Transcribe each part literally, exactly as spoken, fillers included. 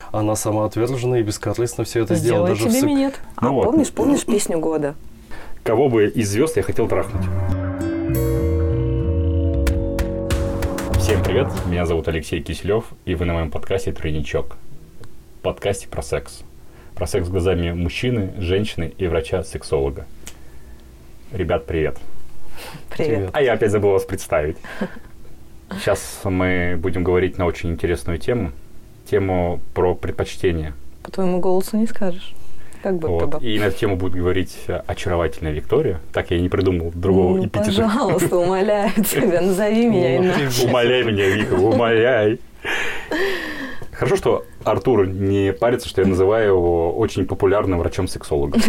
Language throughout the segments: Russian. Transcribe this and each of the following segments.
она самоотверженно и бескорыстно все это сделала. сделала. Сделай тебе минет. Ну а вот. помнишь, помнишь песню года? Кого бы из звезд я хотел трахнуть? Всем привет, меня зовут Алексей Киселев, и вы на моем подкасте «Тройничок». Подкасте про секс. Про секс глазами мужчины, женщины и врача-сексолога. Ребят, привет. Привет. Привет. А я опять забыл вас представить. Сейчас мы будем говорить на очень интересную тему. Тему про предпочтения. По твоему голосу не скажешь. Как бы вот. И на эту тему будет говорить очаровательная Виктория. Так я и не придумал другого ну, эпитета. Пожалуйста, умоляю тебя, назови меня иначе. Умоляй меня, Вика, умоляй. Хорошо, что Артур не парится, что я называю его очень популярным врачом-сексологом.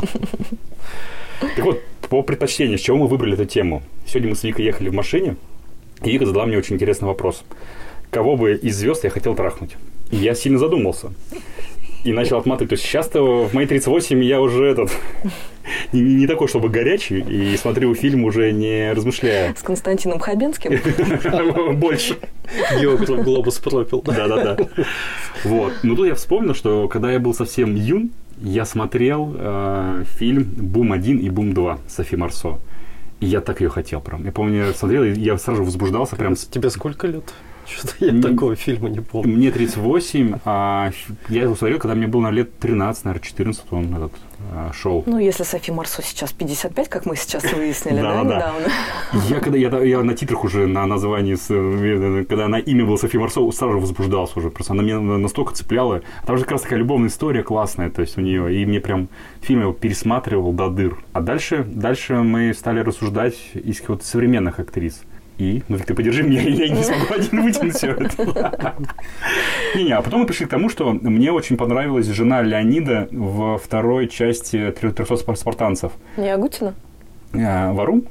Так вот, по предпочтению, с чего мы выбрали эту тему? Сегодня мы с Викой ехали в машине, и Вика задала мне очень интересный вопрос. Кого бы из звезд я хотел трахнуть? И я сильно задумался. И начал отматывать. То есть сейчас-то в мои тридцать восемь я уже этот не, не такой, чтобы горячий, и смотрю фильм уже не размышляя. С Константином Хабенским? Больше. Географ глобус пропил. Да-да-да. Вот. Но тут я вспомнил, что когда я был совсем юн, я смотрел э, фильм «Бум-один» и «Бум-два» Софи Марсо. И я так ее хотел прям. Я помню, я смотрел, и я сразу возбуждался. Прям... Тебе сколько лет? Что-то я М- такого фильма не помню. Мне тридцать восемь, а я его смотрел, когда мне было на лет тринадцать, наверное, четырнадцать, он этот а, шел. Ну, если Софи Марсо сейчас пятьдесят пять, как мы сейчас выяснили, да, недавно. Я когда я, я на титрах уже на названии, когда на имя было Софи Марсо, сразу возбуждался уже. Просто она меня настолько цепляла. Там же как раз такая любовная история классная, то есть у нее. И мне прям фильм его пересматривал до дыр. А дальше, дальше мы стали рассуждать из каких-то современных актрис. И, ну, ты подержи меня, я не смогу один вытянуть все это. Не-не, а потом мы пришли к тому, что мне очень понравилась жена Леонида во второй части «трехсот спартанцев». Не Агутина? Варум?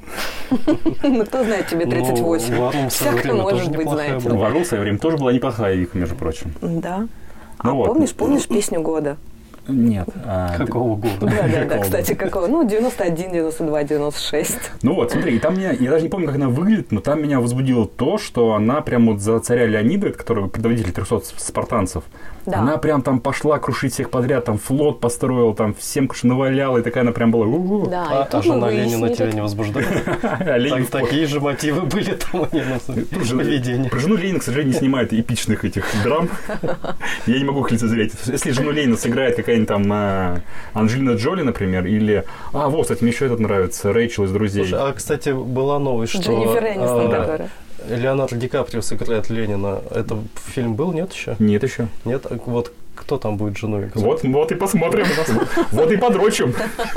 Ну, кто знает, тебе тридцать восемь. Всякое может быть, знаете. Варум в свое время тоже была неплохая, Вика, между прочим. Да. А помнишь, помнишь песню года? Нет. А, какого года? Да, да, да, кстати, какого? Ну, девяносто один, девяносто два, девяносто шесть. Ну вот, смотри, и там меня, я даже не помню, как она выглядит, но там меня возбудило то, что она прям вот за царя Леонида, который предводитель трехсот спартанцев, да. Она прям там пошла крушить всех подряд, там флот построила, там всем наваляла, и такая она прям была... У-у-у. Да, а, а жена Ленина тебя не возбуждает? Такие же мотивы были там у нее на поведении. Про жену Ленина, к сожалению, не снимают эпичных этих драм. Я не могу их лицезреть. Если жену Ленина сыграет какая-нибудь там Анджелина Джоли, например, или... А, вот, кстати, мне еще этот нравится, Рэйчел из «Друзей». Слушай, а, кстати, была новость, что... Дженнифер Энистон, которая... Леонардо Ди Каприо сыграет Ленина. Это фильм был, нет еще? Нет еще. Нет? Вот кто там будет женой? Вот, вот и посмотрим. Вот и подрочим.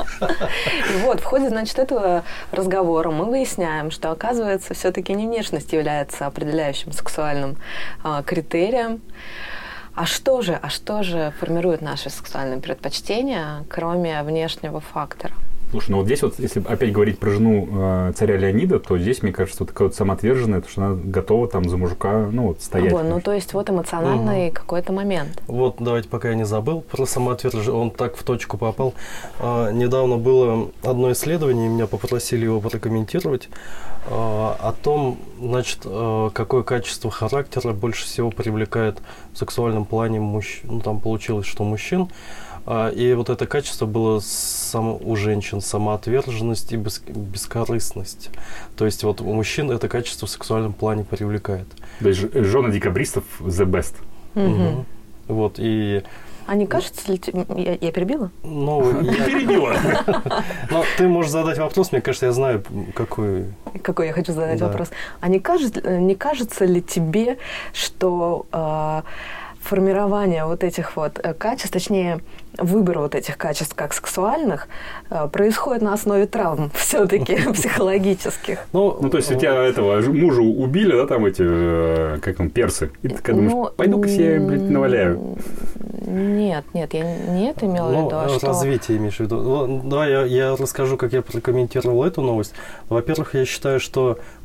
И вот, в ходе, значит, этого разговора мы выясняем, что, оказывается, все-таки не внешность является определяющим сексуальным критерием. А что же, а что же формирует наши сексуальные предпочтения, кроме внешнего фактора? Слушай, ну вот здесь вот, если опять говорить про жену э, царя Леонида, то здесь, мне кажется, вот такая вот самоотверженная, то, что она готова там за мужика, ну, вот, стоять. Вот, ну, то есть вот эмоциональный угу. какой-то момент. Вот, давайте, пока я не забыл про самоотверженность, он так в точку попал. А, недавно было одно исследование, и меня попросили его прокомментировать, а, о том, значит, а, какое качество характера больше всего привлекает в сексуальном плане мужчин. Ну, там получилось, что мужчин. И вот это качество было сам, у женщин самоотверженность и бес, бескорыстность. То есть вот у мужчин это качество в сексуальном плане привлекает. То есть жены декабристов the best. Угу. Угу. Вот, и... А не кажется ли тебе... Я, я перебила? Ну, я перебила. Но ты можешь задать вопрос, мне кажется, я знаю, какой... Какой я хочу задать да. вопрос. А не кажется, не кажется ли тебе, что... Э, формирование вот этих вот качеств, точнее, выбор вот этих качеств как сексуальных происходит на основе травм все-таки психологических. Ну, ну, то есть у тебя этого мужа убили, да, там эти, как он, персы, и ты думаешь, ну, пойду-ка себе, блядь, наваляю. Нет, нет, я не это имела ну, в виду, а что... развитие имеешь в виду. Давай я, я расскажу, как я прокомментировал эту новость. Во-первых, я считаю, что, ну,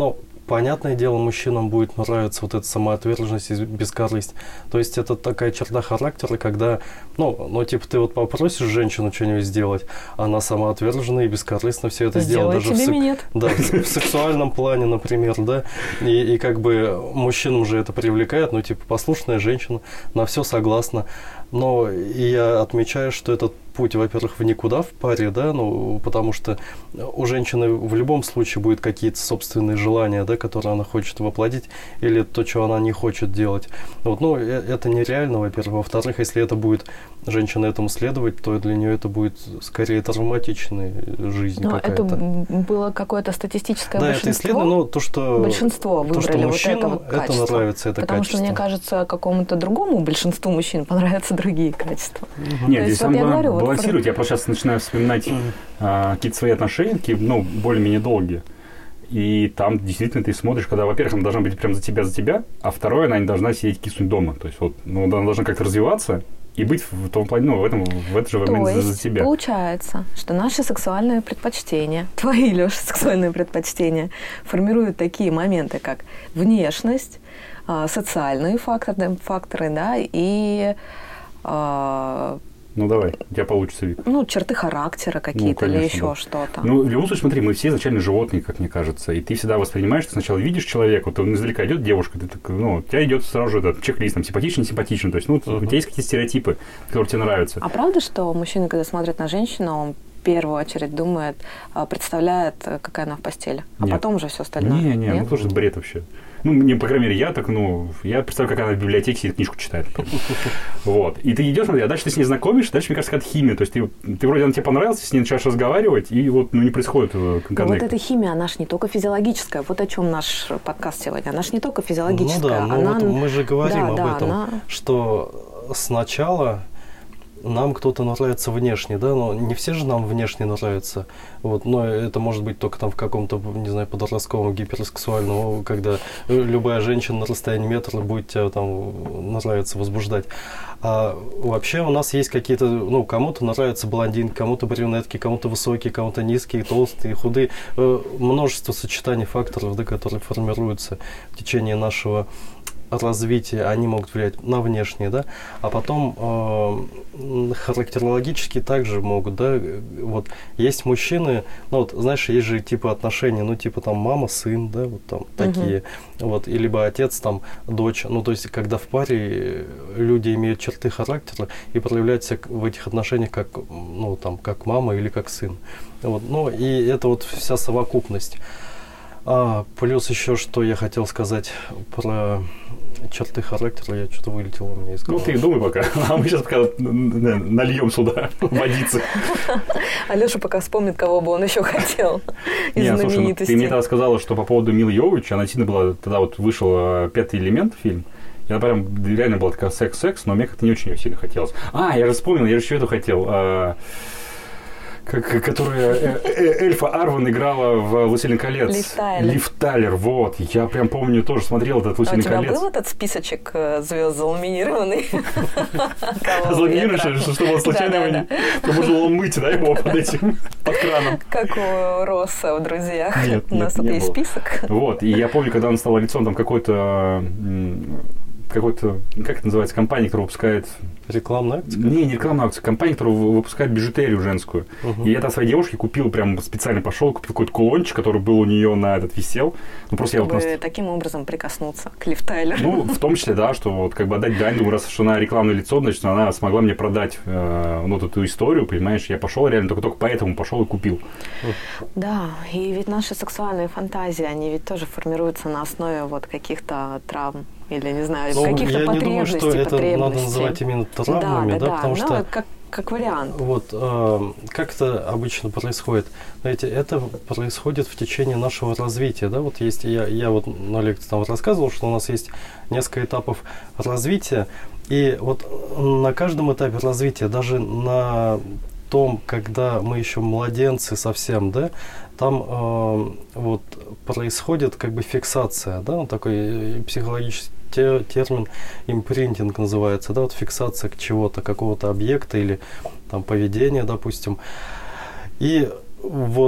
понятное дело, мужчинам будет нравиться вот эта самоотверженность и бескорысть. То есть это такая черта характера, когда, ну, ну типа ты вот попросишь женщину что-нибудь сделать, она самоотвержена и бескорыстно все это сделает. Даже тебе в, минет. Да, в сексуальном плане, например, да. И, и как бы мужчинам же это привлекает, ну, типа, послушная женщина, на все согласна. Но и я отмечаю, что этот путь, во-первых, в никуда в паре, да, ну, потому что у женщины в любом случае будут какие-то собственные желания, да, которые она хочет воплотить, или то, что она не хочет делать. Вот, ну, это нереально, во-первых. Во-вторых, если это будет женщина этому следовать, то для нее это будет скорее травматичная жизнь Но какая-то. это было какое-то статистическое да, большинство? это исследование, ну, то, что... Большинство выбрали то, что мужчинам вот это вот это нравится, это Потому качество. что, мне кажется, какому-то другому большинству мужчин понравятся другие качества. Нет, здесь самое главное вот балансировать. Я просто сейчас начинаю вспоминать mm-hmm. а, какие-то свои отношения, такие, ну, более-менее долгие. И там действительно ты смотришь, когда, во-первых, она должна быть прям за тебя, за тебя, а второе, она не должна сидеть киснуть дома. То есть вот, ну, она должна как-то развиваться и быть в том плане, ну, в этом, в этот же момент за, за тебя. Получается, что наши сексуальные предпочтения, твои, Лёша, сексуальные предпочтения, формируют такие моменты, как внешность, социальные факторы, факторы, да, и... Ну, давай, у тебя получится, Вик. Ну, черты характера какие-то, ну, конечно, или еще да. что-то. Ну, в любом случае, смотри, мы все изначально животные, как мне кажется. И ты всегда воспринимаешь, ты сначала видишь человека, вот он издалека идет девушка, ты так, ну, у тебя идет сразу же этот чек-лист, там, симпатичный, симпатичный. То есть, ну, uh-huh. у тебя есть какие-то стереотипы, которые тебе нравятся. А правда, что мужчина, когда смотрит на женщину, он в первую очередь думает, представляет, какая она в постели, а Нет. потом уже все остальное? Не, не, Нет? ну, тоже бред вообще. Ну, мне, по крайней мере, я так, ну, я представляю, как она в библиотеке сидит, книжку читает. Вот. И ты идешь, смотри, а дальше ты с ней знакомишь, дальше, мне кажется, какая-то химия. То есть ты, ты вроде она тебе понравился, с ней начинаешь разговаривать, и вот, ну, не происходит коннекта. Вот эта химия, она ж не только физиологическая. Вот о чем наш подкаст сегодня. Она ж не только физиологическая. Ну да, ну она... вот мы же говорим да, об да, этом, она... что сначала нам кто-то нравится внешне, да, но не все же нам внешне нравятся, вот, но это может быть только там в каком-то, не знаю, подростковом гиперсексуальном, когда любая женщина на расстоянии метра будет тебя там нравиться, возбуждать. А вообще у нас есть какие-то, ну, кому-то нравятся блондинки, кому-то брюнетки, кому-то высокие, кому-то низкие, толстые, худые, множество сочетаний факторов, да, которые формируются в течение нашего развития, они могут влиять на внешнее, да, а потом э, характерологически также могут, да, вот есть мужчины, ну вот, знаешь, есть же типа отношений, ну типа там мама, сын, да, вот там такие, uh-huh. вот, и либо отец, там, дочь, ну то есть когда в паре люди имеют черты характера и проявляют себя в этих отношениях как, ну там, как мама или как сын, вот, ну и это вот вся совокупность. А, плюс еще, что я хотел сказать про черты характера, я что-то вылетело у меня из головы. Ну, ты думай пока, а мы сейчас пока нальем сюда водицы. Алёша пока вспомнит, кого бы он еще хотел из Нет, знаменитостей. Слушай, ну, ты мне тогда сказала, что по поводу Милы Йовович, она сильно была, тогда вот вышел «Пятый элемент» фильм, и она прям реально была такая секс-секс, но мне как-то не очень сильно хотелось. А, я же вспомнил, я же еще эту хотел. Как, которая Эльфа Арвен играла в «Властелин колец». Лив Тайлер. Лив Тайлер, вот. Я прям помню, тоже смотрел этот «Властелин колец». А у тебя был этот списочек звезд заламинированный? Заламинированный, чтобы он случайно его не... Можно было мыть, да, его под этим, под краном. Как у Росса в «Друзьях». Нет, у нас тут есть список. Вот, и я помню, когда она стала лицом там какой-то... какой-то, как это называется, компания, которая выпускает... Рекламная акция? Не, не рекламная акция, компания, которая выпускает бижутерию женскую. Uh-huh. И я там своей девушке купил, прям специально пошел, купил какой-то кулончик, который был у нее на этот висел. Ну, просто Чтобы я вот просто... таким образом прикоснуться к Лив Тайлеру. Ну, в том числе, да, что вот как бы отдать дань, думаю, раз что она рекламное лицо, значит, она смогла мне продать э, ну, эту историю, понимаешь, я пошел реально, только, только поэтому пошел и купил. Да, и ведь наши сексуальные фантазии, они ведь тоже формируются на основе вот каких-то травм. Или, не знаю, ну, каких-то потребностей. Я не думаю, что это надо называть именно травмами, да, да, да, потому ну, что... Как, как вариант. Вот, э, как это обычно происходит? Знаете, это происходит в течение нашего развития, да, вот есть, я, я вот на лекции там рассказывал, что у нас есть несколько этапов развития, и вот на каждом этапе развития, даже на том, когда мы еще младенцы совсем, да, там э, вот происходит как бы фиксация, да, вот такой психологический термин импринтинг называется, да, вот фиксация к чего-то, какого-то объекта или там поведения, допустим. И вот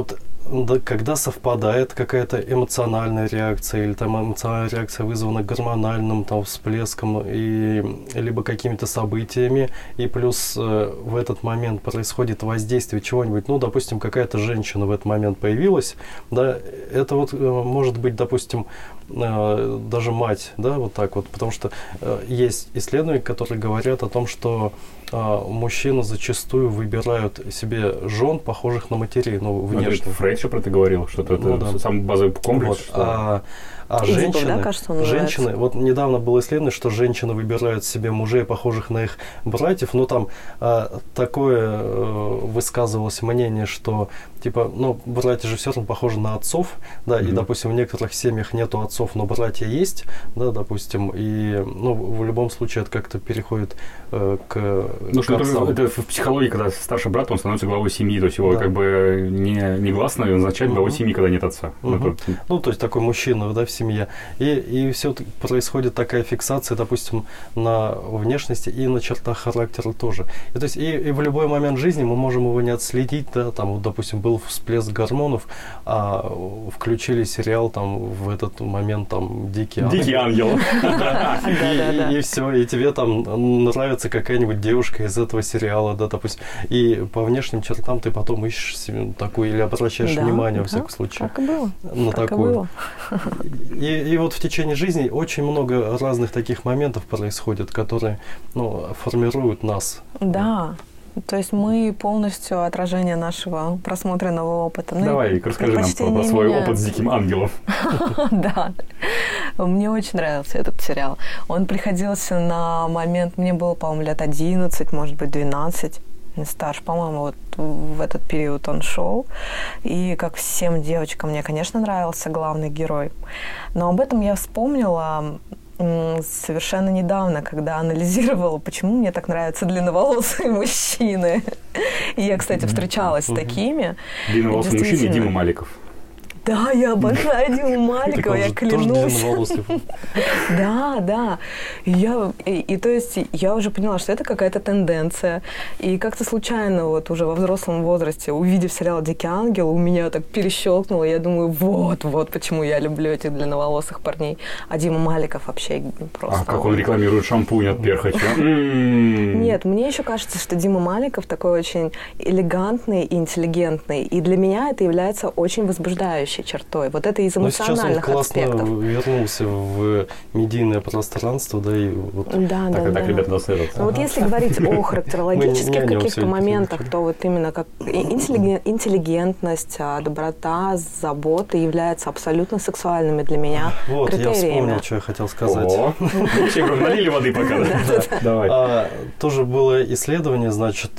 да, когда совпадает какая-то эмоциональная реакция, или там эмоциональная реакция вызвана гормональным там, всплеском, и, либо какими-то событиями, и плюс э, в этот момент происходит воздействие чего-нибудь, ну, допустим, какая-то женщина в этот момент появилась, да, это вот э, может быть, допустим, э, даже мать, да, вот так вот, потому что э, есть исследования, которые говорят о том, что э, мужчины зачастую выбирают себе жен, похожих на матерей, ну, внешне. Фрейд еще про это говорил, что это, ну, это да. самый базовый комплекс. Вот. Что... А, а Эдипов, женщины, да, кажется, женщины, вот недавно было исследовано, что женщины выбирают себе мужей, похожих на их братьев, но там а, такое а, высказывалось мнение, что типа, ну, братья же все равно похожи на отцов, да, mm-hmm. и, допустим, в некоторых семьях нету отцов, но братья есть, да, допустим, и, ну, в любом случае это как-то переходит э, к, ну, к что отцам. это, это в психологии, когда старший брат, он становится главой семьи, то есть его да. как бы не, негласно назначать главой mm-hmm. семьи, когда нет отца. Mm-hmm. Ну, это... ну, то есть такой мужчина, да, в семье. И, и все происходит такая фиксация, допустим, на внешности и на чертах характера тоже. И, то есть и, и в любой момент жизни мы можем его не отследить, да, там, вот, допустим, был всплеск гормонов, а включили сериал там в этот момент там «Дикий ангел». «Дикий ангел». И все, и тебе там нравится какая-нибудь девушка из этого сериала, да, допустим. И по внешним чертам ты потом ищешь такую или обращаешь внимание, во всяком случае, на такую. И вот в течение жизни очень много разных таких моментов происходит, которые, ну, формируют нас. Да. То есть мы полностью отражение нашего просмотренного опыта. Давай, расскажи нам про свой опыт с «Диким ангелом». Да. Мне очень нравился этот сериал. Он приходился на момент, мне было, по-моему, лет одиннадцать, может быть, двенадцать. Не старше, по-моему, вот в этот период он шел. И как всем девочкам, мне, конечно, нравился главный герой. Но об этом я вспомнила совершенно недавно, когда анализировала, почему мне так нравятся длинноволосые мужчины. И я, кстати, встречалась с такими. Длинноволосый мужчина и Дима Маликов. Да, я обожаю Диму Маликова, я клянусь. Да, да. И, я, и, и то есть я уже поняла, что это какая-то тенденция. И как-то случайно вот уже во взрослом возрасте, увидев сериал «Дикий ангел», у меня так перещелкнуло. Я думаю, вот, вот почему я люблю этих длинноволосых парней. А Дима Маликов вообще просто... А как он рекламирует шампунь от перхоть? Нет, мне еще кажется, что Дима Маликов такой очень элегантный и интеллигентный. И для меня это является очень возбуждающим чертой. Вот это из эмоциональных аспектов. аспектов. Сейчас он классно вернулся в медийное пространство, да, и вот... Да, так, да, так, да. ребята, насыпят. Ну, вот если говорить о характерологических каких-то моментах, то вот именно как интеллигентность, доброта, забота являются абсолютно сексуальными для меня вот, критериями. Я вспомнил, что я хотел сказать. О, налили воды пока. Давай. Тоже было исследование, значит,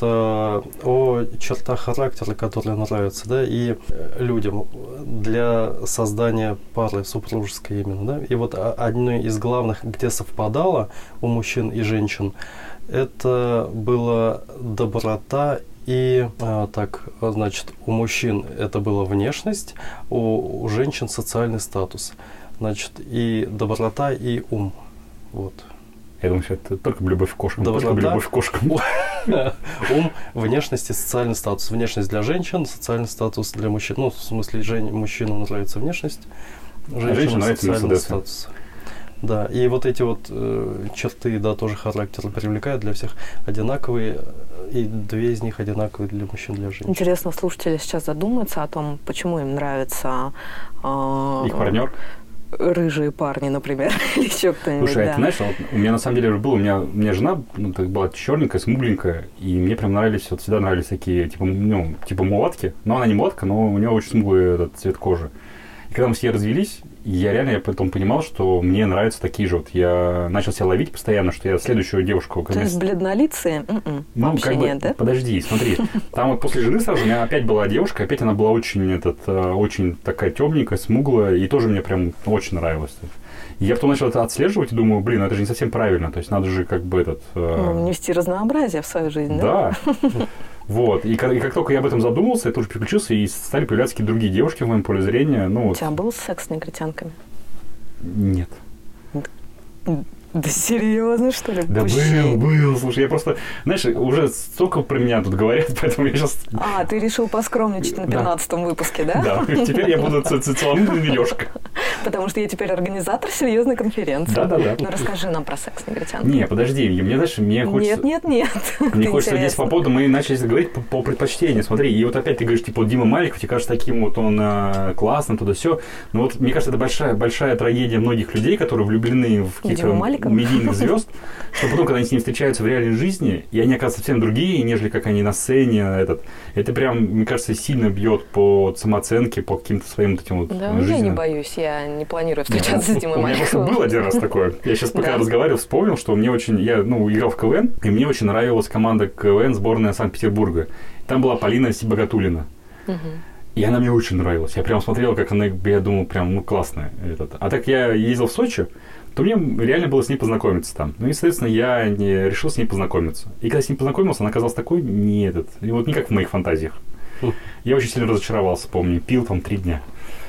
о чертах характера, которые нравятся, да, и людям для создания пары супружеской именно, да. И вот одно из главных, где совпадало у мужчин и женщин, это была доброта и, а, так, значит, у мужчин это была внешность, у, у женщин социальный статус, значит, и доброта, и ум, вот. Я думаю, что это только любовь к кошкам. Доброта, только любовь к кошкам. Ум, внешность и социальный статус. Внешность для женщин, социальный статус для мужчин. Ну, в смысле, жен... мужчинам нравится внешность, женщинам социальный статус. Да, и вот эти вот э, черты, да, тоже характера привлекают для всех одинаковые, и две из них одинаковые для мужчин и для женщин. Интересно, слушатели сейчас задумаются о том, почему им нравится... Э, их партнер? Рыжие парни, например, или еще кто-нибудь. Слушай, да. а ты знаешь, вот у меня на самом деле было, у меня, у меня жена ну, так была черненькая, смугленькая, и мне прям нравились, вот всегда нравились такие, типа, ну, типа мулатки, но она не мулатка, но у нее очень смуглый этот цвет кожи. И когда мы все развелись, я реально я потом понимал, что мне нравятся такие же. Вот я начал себя ловить постоянно, что я следующую девушку... То есть бледнолицые? Mm-mm. Ну, вообще как бы, нет, да? Подожди, смотри. Там вот после жены сразу у меня опять была девушка, опять она была очень, этот, очень такая темненькая, смуглая, и тоже мне прям очень нравилось. И я потом начал это отслеживать и думаю, блин, это же не совсем правильно. То есть надо же как бы этот... Ну, внести разнообразие в свою жизнь, да? Да. Вот. И как, и как только я об этом задумался, я тоже переключился, и стали появляться какие-то другие девушки в моем поле зрения. Ну, У вот. тебя был секс с негритянками? Нет. Да серьезно, что ли? Да Пущай. был, был. Слушай, я просто, знаешь, уже столько про меня тут говорят, поэтому я сейчас... А, ты решил поскромничать на пятнадцатом выпуске, да? Да, теперь я буду целомудренный Лёшка. Потому что я теперь организатор серьезной конференции. Да-да-да. Ну, расскажи нам про секс негритянку. Не, подожди, мне, знаешь, мне хочется... Нет, нет, нет. Мне хочется здесь по поводу, мы начали говорить по, по предпочтению. Смотри, и вот опять ты говоришь, типа, вот Дима Маликов, тебе кажется таким вот он а, классным, туда-сё. Но вот, мне кажется, это большая, большая трагедия многих людей, которые влюблены в каких-то медийных звезд, что потом, когда они с ними встречаются в реальной жизни, и они оказываются совсем другие, нежели как они на сцене, этот, это прям, мне кажется, сильно бьет по самооценке, по каким-то своим вот этим вот да, жизням. Я не боюсь, я не планирую встречаться с Димой Маликовым. У меня просто был один раз такое. Я сейчас пока разговаривал, вспомнил, что мне очень... Я, ну, играл в КВН, и мне очень нравилась команда КВН сборная Санкт-Петербурга. Там была Полина Сибагатуллина. И она мне очень нравилась. Я прям смотрел, как она, я думал, прям, ну, классная. Этот. А так я ездил в Сочи, то мне реально было с ней познакомиться там. Ну и, соответственно, я не решил с ней познакомиться. И когда с ней познакомился, она оказалась такой, не этот, вот не как в моих фантазиях. Я очень сильно разочаровался, помню. Пил там три дня.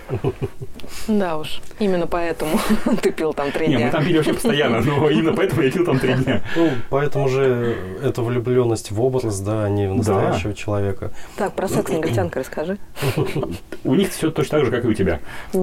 Да уж, именно поэтому ты пил там три дня. Не, мы там пили вообще постоянно, но именно поэтому я пил там три дня. Ну, поэтому же эта влюбленность в образ, да, а не в настоящего да. человека. Так, про секс негритянка расскажи. У них все точно так же, как и у тебя.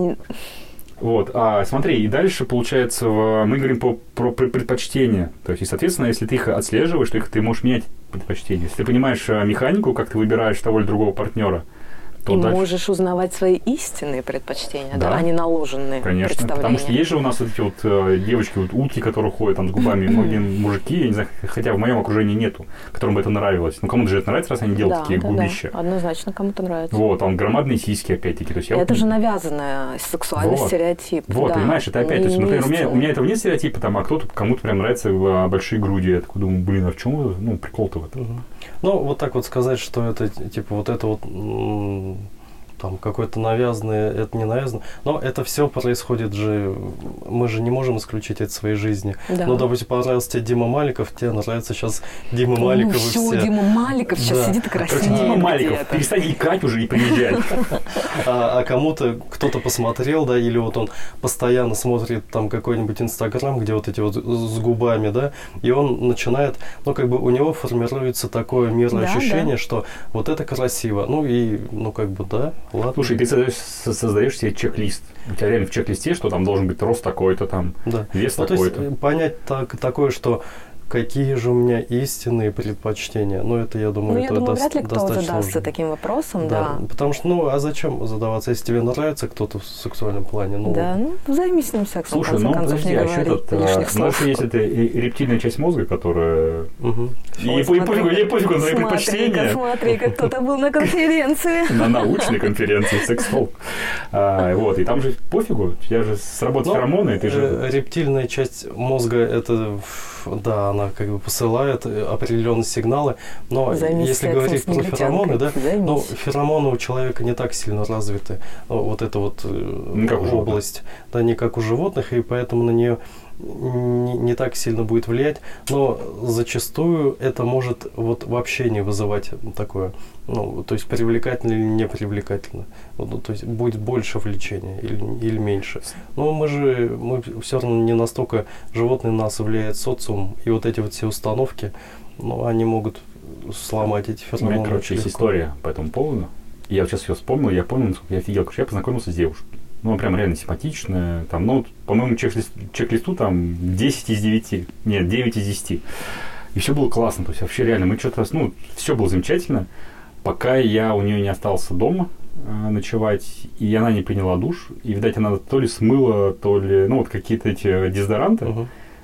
Вот, а смотри, и дальше, получается, мы говорим по, про предпочтения. То есть, и, соответственно, если ты их отслеживаешь, то их ты можешь менять предпочтения. Если ты понимаешь механику, как ты выбираешь того или другого партнера, и дальше. Можешь узнавать свои истинные предпочтения, да, да а не наложенные Конечно, представления. Потому что есть же у нас вот эти вот э, девочки, вот утки, которые ходят там с губами, многие мужики, я не знаю, хотя в моем окружении нету, которым бы это нравилось. Ну, кому-то же это нравится, раз они делают да, такие да, губища. Да, однозначно кому-то нравится. Вот, там громадные сиськи, опять-таки. То есть я это вот... же навязанный сексуальный вот. стереотип. Вот, да. понимаешь, это опять, то есть, например, у меня, у меня этого нет стереотипа, там, а кто-то, кому-то прям нравятся большие груди. Я такой думаю, блин, а в чем, ну, прикол-то в этом? Угу. Ну, вот так вот сказать, что это, типа, вот это вот... М- там какое-то навязанное, это не навязано. Но это все происходит же, мы же не можем исключить это из своей жизни. Да. Ну, допустим, понравился тебе Дима Маликов, тебе нравится сейчас Дима ну, Маликов. Ну, все, Дима Маликов сейчас да. сидит и краснеет. Дима Маликов, перестань икать уже и приезжай. А, а кому-то кто-то посмотрел, да, или вот он постоянно смотрит там какой-нибудь Инстаграм, где вот эти вот с губами, да, и он начинает, ну, как бы у него формируется такое мироощущение, да, да. что вот это красиво. Ну, и, ну, как бы, да. Ладно. Слушай, ты создаешь, создаешь себе чек-лист. У тебя реально в чек-листе, что там должен быть рост такой-то, там, да. вес ну, такой-то. То есть понять так, такое, что какие же у меня истинные предпочтения. Ну, это, я думаю, ну, это я думаю, даст, вряд ли кто достаточно задастся сложно. Таким вопросом, да. да. Потому что, ну, а зачем задаваться, если тебе нравится кто-то в сексуальном плане? Ну, да, ну, займись с ним сексом, слушай, в конце ну, концов, подожди, не а говори этот, лишних слов. знаешь, есть эта рептильная часть мозга, которая... Угу. Ей пофигу на твои предпочтения. Смотри, как кто-то был на конференции. На научной конференции, секс-толк. Вот, и там же пофигу, у тебя же сработают феромоны, ты же... Рептильная часть мозга, это... Да, она как бы посылает определенные сигналы, но Займись если говорить про феромоны, да, Займись. ну, феромоны у человека не так сильно развиты, вот эта вот не область, да, не как у животных, и поэтому на нее не, не так сильно будет влиять, но зачастую это может вот вообще не вызывать такое, ну, то есть привлекательно или не привлекательно, вот, то есть будет больше влечения или, или меньше. Но мы же, мы все равно не настолько, животные нас влияет социум, и вот эти вот все установки, ну, они могут сломать эти феромоны. У меня, короче, есть история по этому поводу. Я вот сейчас ее вспомнил, я понял, насколько я офигел, потому что я познакомился с девушкой. Ну, прям реально симпатичная. Там, ну, по-моему, чек-лист, чек-листу там десять из девяти. Нет, девять из десяти. И все было классно. То есть вообще реально мы что-то... Ну, все было замечательно, пока я у нее не остался дома э, ночевать, и она не приняла душ. И, видать, она то ли смыла, то ли... Ну, вот какие-то эти дезодоранты. Uh-huh.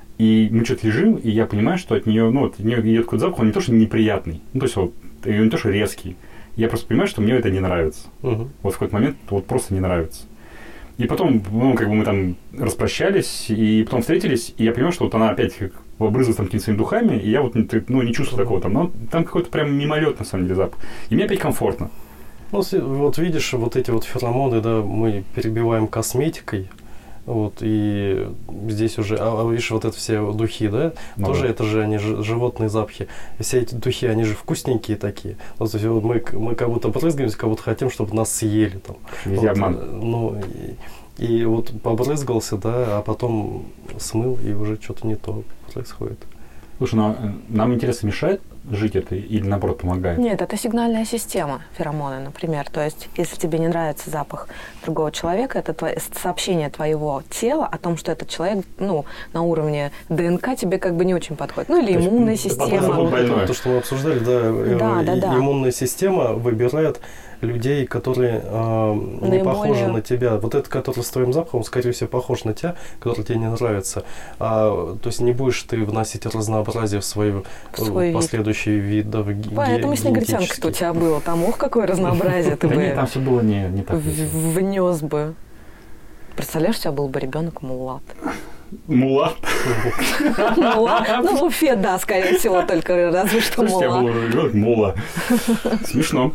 И мы что-то лежим, и я понимаю, что от нее... Ну, от нее идет какой-то запах, он не то, что неприятный. Ну, то есть вот, не то, что резкий. Я просто понимаю, что мне это не нравится. Uh-huh. Вот в какой-то момент вот просто не нравится. И потом, ну, как бы мы там распрощались, и потом встретились, и я понимаю, что вот она опять обрызгалась там какими-то своими духами, и я вот, ну, не чувствую такого там. Но там какой-то прям мимолет, на самом деле, запах. И мне опять комфортно. Ну, вот видишь, вот эти вот феромоны, да, мы перебиваем косметикой, вот, и здесь уже, а, а видишь, вот это все духи, да, ну, тоже да. Это же они ж, животные запахи. И все эти духи, они же вкусненькие такие. Ну, то есть вот мы, мы как будто брызгаемся, как будто хотим, чтобы нас съели там. Везде вот, обман. Ну, И вот побрызгался, да, а потом смыл, и уже что-то не то происходит. Слушай, ну, нам интересно, мешает жить это или, наоборот, помогает? Нет, это сигнальная система, феромоны, например. То есть, если тебе не нравится запах другого человека, это твое, сообщение твоего тела о том, что этот человек, ну, на уровне ДНК тебе как бы не очень подходит. Ну, или то иммунная есть, система. Больное. То, что мы обсуждали, да, да, да, да. иммунная система выбирает людей, которые э, не Наиболее... похожи на тебя. Вот этот, который с твоим запахом, скорее всего, похож на тебя, который тебе не нравится. А, то есть не будешь ты вносить разнообразие в свою в свой последующие виды. Поэтому с негритянкой-то у тебя было. Там, ох, какое разнообразие ты бы... Да нет, там все было не так. Внес бы. Представляешь, у тебя был бы ребенок мулат. Мулат? Мула? Ну, в Уфе, да, скорее всего, только разве что мула. У тебя был ребенок мула. Смешно.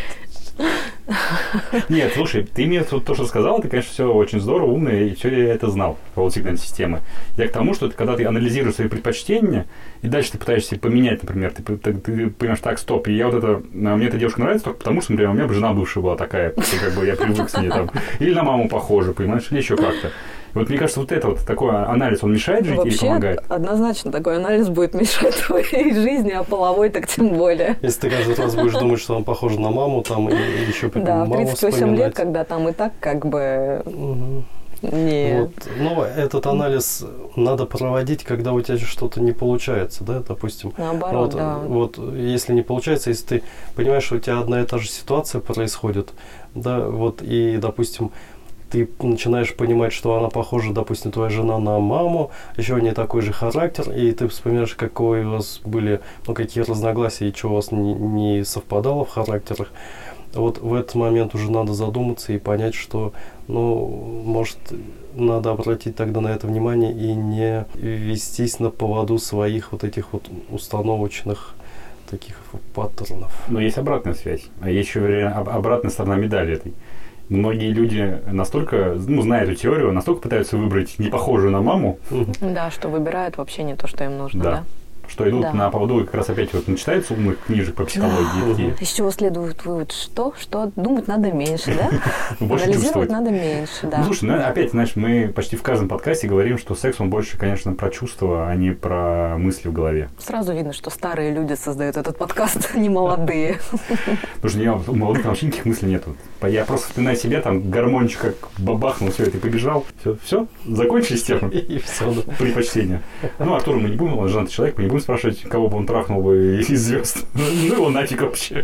Нет, слушай, ты мне тут то, что сказал, это, конечно, все очень здорово, умно, и все я это знал по поводу сигнальной системы. Я к тому, что ты, когда ты анализируешь свои предпочтения, и дальше ты пытаешься поменять, например, ты, ты, ты понимаешь, так, стоп, и я вот это, мне эта девушка нравится только потому, что, например, у меня бы жена бывшая была такая, как бы я привык с ней там, или на маму похожа, понимаешь, или еще как-то. Вот мне кажется, вот это вот такой анализ, он мешает жить вообще, или помогает? Однозначно такой анализ будет мешать твоей жизни, а половой так тем более. Если ты каждый раз будешь думать, что он похож на маму, там, и еще маму да, в тридцать восемь вспоминать. лет, когда там и так как бы... Угу. Нет. Вот. Но этот анализ надо проводить, когда у тебя что-то не получается, да, допустим. Наоборот, вот, да. Вот, если не получается, если ты понимаешь, что у тебя одна и та же ситуация происходит, да, вот, и, допустим, ты начинаешь понимать, что она похожа, допустим, твоя жена на маму, еще у нее такой же характер, и ты вспоминаешь, какие у вас были, ну, какие разногласия, и что у вас не, не совпадало в характерах. Вот в этот момент уже надо задуматься и понять, что, ну, может, надо обратить тогда на это внимание и не вестись на поводу своих вот этих вот установочных таких паттернов. Но есть обратная связь, а есть еще обратная сторона медали этой. Многие люди настолько, ну, зная эту теорию, настолько пытаются выбрать не похожую на маму. Да, что выбирают вообще не то, что им нужно, да. да? Что идут да. на поводу как раз опять вот начитаются умных книжек по психологии. Да. Из чего следует вывод, что? Что думать надо меньше, да? Больше анализировать чувствовать. надо меньше, да. Ну, слушай, ну, опять, знаешь, мы почти в каждом подкасте говорим, что секс, он больше, конечно, про чувства, а не про мысли в голове. Сразу видно, что старые люди создают этот подкаст, не молодые. Потому что я, у молодых вообще никаких мыслей нету. Я просто вспоминаю себя, там, гармончик как бабахнул, все, это и побежал. Все, все, закончились тем. И все, да. Предпочтения. Ну, Артура мы не будем, он женатый человек, мы не будем спрашивать, кого бы он трахнул бы из звезд. Ну, его нафиг вообще.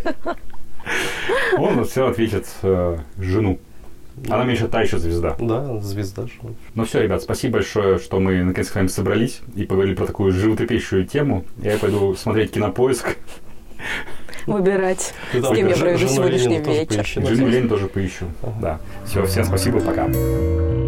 Он все ответит э, жену. Она мне еще та еще звезда. Да, звезда же. Ну все, ребят, спасибо большое, что мы наконец с вами собрались и поговорили про такую животрепещущую тему. Я пойду смотреть Кинопоиск. Выбирать, с кем я проведу сегодняшний вечер. Жену Ленину тоже поищу. Да. Все, всем спасибо, пока.